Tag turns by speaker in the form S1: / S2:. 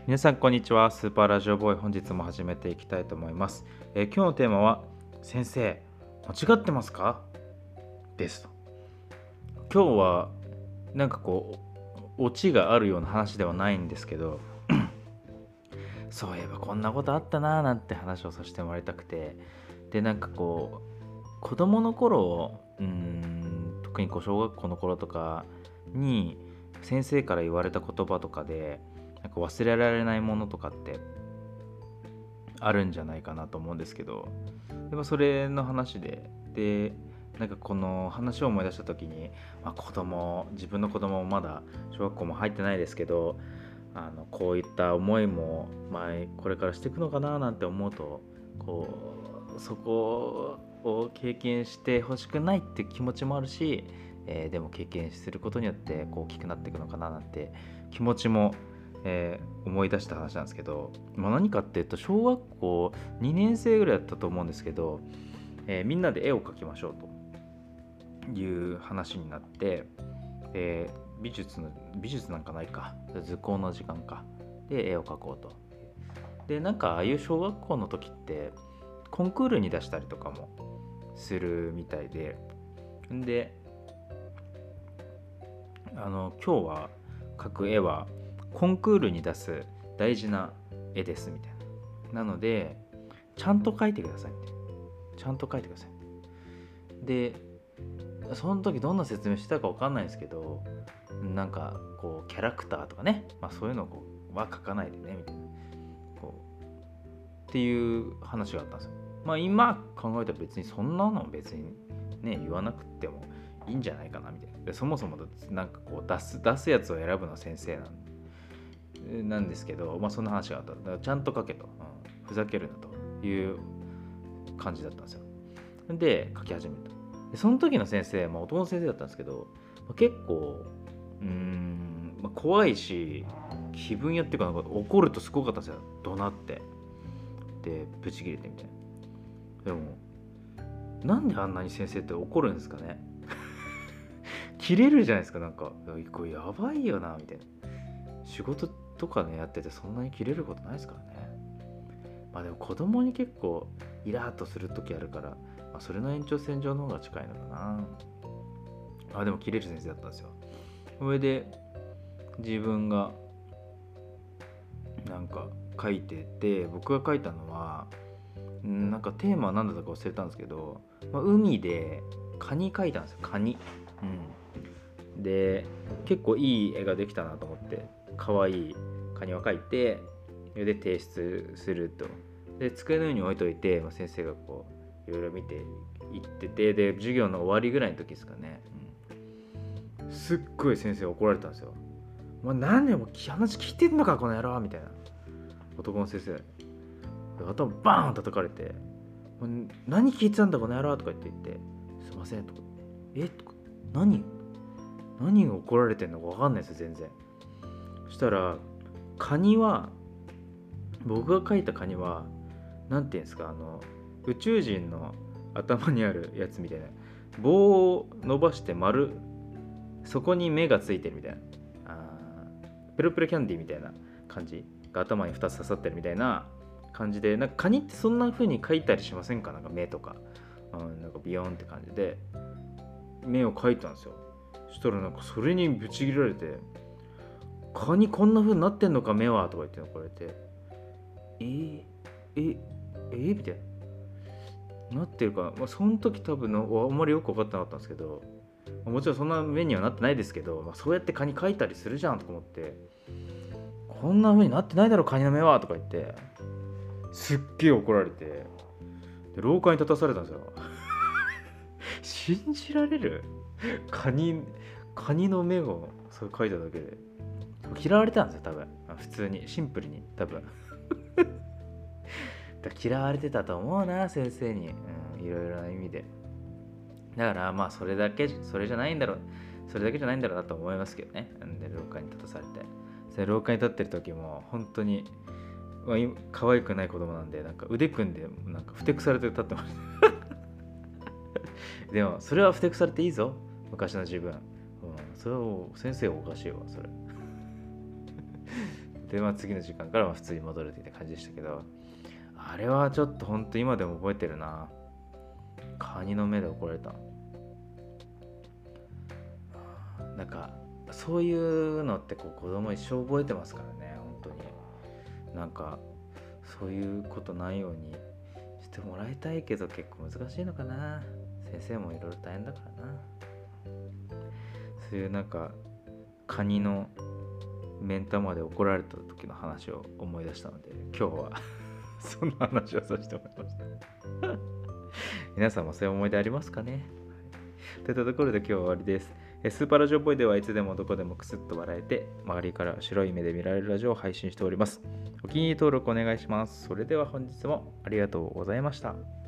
S1: 皆さんこんにちは。スーパーラジオボーイ、本日も始めていきたいと思います。今日のテーマは、先生間違ってますかですと。今日はなんかオチがあるような話ではないんですけどそういえばこんなことあったなーなんて話をさせてもらいたくて、で子供の頃、特に小学校の頃とかに先生から言われた言葉とかで忘れられないものとかってあるんじゃないかなと思うんですけど、でもそれの話でこの話を思い出した時に、自分の子供もまだ小学校も入ってないですけど、こういった思いもこれからしていくのかななんて思うと、そこを経験してほしくないって気持ちもあるし、でも経験することによって大きくなっていくのかななんて気持ちも、思い出した話なんですけど、何かっていうと小学校2年生ぐらいだったと思うんですけど、みんなで絵を描きましょうという話になって、美術なんかないか、図工の時間かで絵を描こうと。でああいう小学校の時ってコンクールに出したりとかもするみたいで、今日は描く絵はコンクールに出す大事な絵ですみたいな。なのでちゃんと描いてくださいって。ちゃんと描いてください。でその時どんな説明してたか分かんないんですけど、キャラクターとかね、そういうのは描かないでねみたいなっていう話があったんですよ。今考えたら別にそんなの別にね言わなくてもいいんじゃないかなみたいな。でそもそも出すやつを選ぶのは先生なんですけど、そんな話があった。だからちゃんと書けと、ふざけるなという感じだったんですよ。で書き始めた。でその時の先生、男の先生だったんですけど、結構怖いし気分屋っていうか、怒るとすごかったんですよ。怒鳴ってでブチ切れてみたいな。でもなんであんなに先生って怒るんですかね。切れるじゃないですか。これやばいよなみたいな。仕事とかねやっててそんなに切れることないですからね。でも子供に結構イラーっとする時あるから、それの延長線上の方が近いのかな。でも切れる先生だったんですよ。それで自分が書いてて、僕が書いたのはテーマは何だったか忘れたんですけど、海でカニ描いたんですよ。カニ、で結構いい絵ができたなと思って可愛いカニを描いて、で提出すると。で机の上に置いといて、先生がいろいろ見ていってて、で授業の終わりぐらいの時ですかね、すっごい先生怒られたんですよ。何でも話聞いてんのかこの野郎みたいな。男の先生頭バーン叩かれて、何聞いてたんだこの野郎とか言ってすいませんとか、とか何が怒られてんのか分かんないですよ全然。そしたら僕が描いたカニはなんていうんですか、宇宙人の頭にあるやつみたいな、棒を伸ばしてそこに目がついてるみたいな、ペロペロキャンディーみたいな感じが頭に2つ刺さってるみたいな感じで、カニってそんな風に描いたりしませんか？目とか、ビヨーンって感じで目を描いたんですよ。そしたらそれにブチ切られて、カニこんな風になってんのか目はとか言って怒られて、みたいなってるかな。その時多分あんまりよく分かってなかったんですけど、もちろんそんな目にはなってないですけど、そうやってカニ描いたりするじゃんとか思って、こんな風になってないだろカニの目はとか言ってすっげえ怒られて、で廊下に立たされたんですよ。信じられる？カニの目をそう描いただけで嫌われたんですよ多分。普通にシンプルに多分嫌われてたと思うな先生に、いろいろな意味で。だからそれだけじゃないんだろうなと思いますけどね。で廊下に立たされて、それ廊下に立ってる時も本当に、可愛くない子供なんで腕組んでふてくされて立ってましたでもそれはふてくされていいぞ昔の自分、それを先生おかしいわそれで、次の時間から普通に戻るって感じでしたけど、あれはちょっと本当今でも覚えてるな。カニの目で怒られた。なんかそういうのって子供一生覚えてますからね、本当に。なんかそういうことないようにしてもらいたいけど結構難しいのかな。先生もいろいろ大変だからな。そういうカニの目ん玉で怒られた時の話を思い出したので、今日はそんな話をさせてもらいました皆さんもそういう思い出ありますかね。といったところで今日は終わりです。スーパーラジオボーイではいつでもどこでもクスッと笑えて、周りから白い目で見られるラジオを配信しております。お気に入り登録お願いします。それでは本日もありがとうございました。